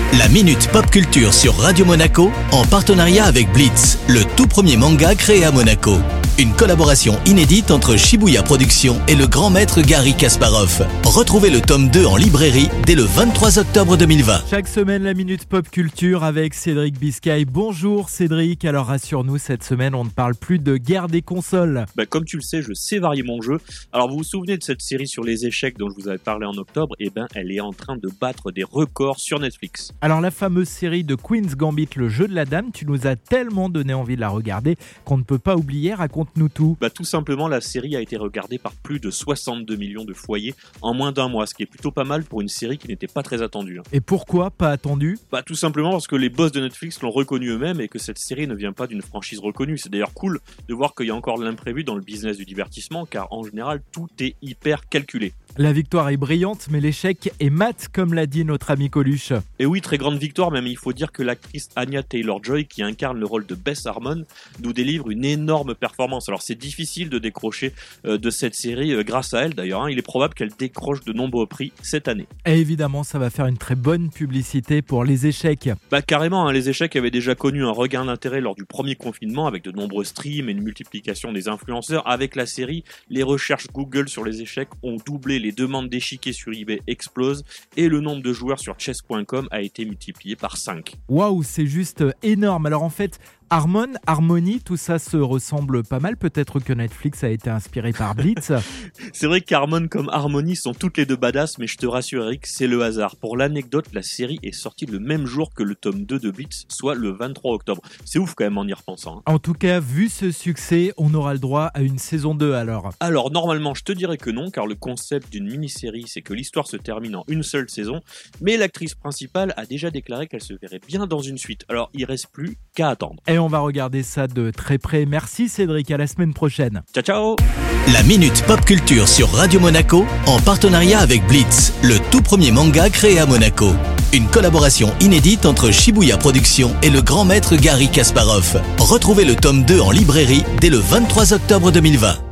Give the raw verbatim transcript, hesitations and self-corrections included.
La Minute Pop Culture sur Radio Monaco en partenariat avec Blitz, le tout premier manga créé à Monaco. Une collaboration inédite entre Shibuya Productions et le grand maître Garry Kasparov. Retrouvez le tome deux en librairie dès le vingt-trois octobre deux mille vingt. Chaque semaine, la Minute Pop Culture avec Cédric Biscay. Bonjour Cédric, alors rassure-nous, cette semaine on ne parle plus de guerre des consoles. Bah, comme tu le sais, je sais varier mon jeu. Alors vous vous souvenez de cette série sur les échecs dont je vous avais parlé en octobre? Eh ben, elle est en train de battre des records sur Netflix. Alors la fameuse série de Queen's Gambit, le jeu de la dame, tu nous as tellement donné envie de la regarder qu'on ne peut pas oublier, raconte-nous tout. Bah tout simplement, la série a été regardée par plus de soixante-deux millions de foyers en moins d'un mois, ce qui est plutôt pas mal pour une série qui n'était pas très attendue. Et pourquoi pas attendue? Bah tout simplement parce que les boss de Netflix l'ont reconnu eux-mêmes et que cette série ne vient pas d'une franchise reconnue. C'est d'ailleurs cool de voir qu'il y a encore de l'imprévu dans le business du divertissement, car en général tout est hyper calculé. La victoire est brillante, mais l'échec est mat, comme l'a dit notre ami Coluche. Et oui, très grande victoire, même il faut dire que l'actrice Anya Taylor-Joy, qui incarne le rôle de Beth Harmon, nous délivre une énorme performance. Alors c'est difficile de décrocher euh, de cette série euh, grâce à elle d'ailleurs, hein. Il est probable qu'elle décroche de nombreux prix cette année. Et évidemment, ça va faire une très bonne publicité pour les échecs. Bah carrément, hein, les échecs avaient déjà connu un regain d'intérêt lors du premier confinement avec de nombreux streams et une multiplication des influenceurs. Avec la série, les recherches Google sur les échecs ont doublé, les demandes d'échiquier sur eBay explosent et le nombre de joueurs sur chess point com a été multiplié par cinq. Waouh, c'est juste énorme. Alors en fait, Harmon, Harmony, tout ça se ressemble pas mal. Peut-être que Netflix a été inspiré par Blitz. C'est vrai qu'Harmon comme Harmony sont toutes les deux badass, mais je te rassure Eric, c'est le hasard. Pour l'anecdote, la série est sortie le même jour que le tome deux de Blitz, soit le vingt-trois octobre. C'est ouf quand même en y repensant. Hein. En tout cas, vu ce succès, on aura le droit à une saison deux alors. Alors normalement, je te dirais que non, car le concept d'une mini-série, c'est que l'histoire se termine en une seule saison, mais l'actrice principale a déjà déclaré qu'elle se verrait bien dans une suite. Alors il reste plus qu'à attendre. Et on va regarder ça de très près. Merci Cédric, à la semaine prochaine. Ciao ciao. La Minute Pop Culture sur Radio Monaco en partenariat avec Blitz, le tout premier manga créé à Monaco. Une collaboration inédite entre Shibuya Productions et le grand maître Garry Kasparov. Retrouvez le tome deux en librairie dès le vingt-trois octobre deux mille vingt.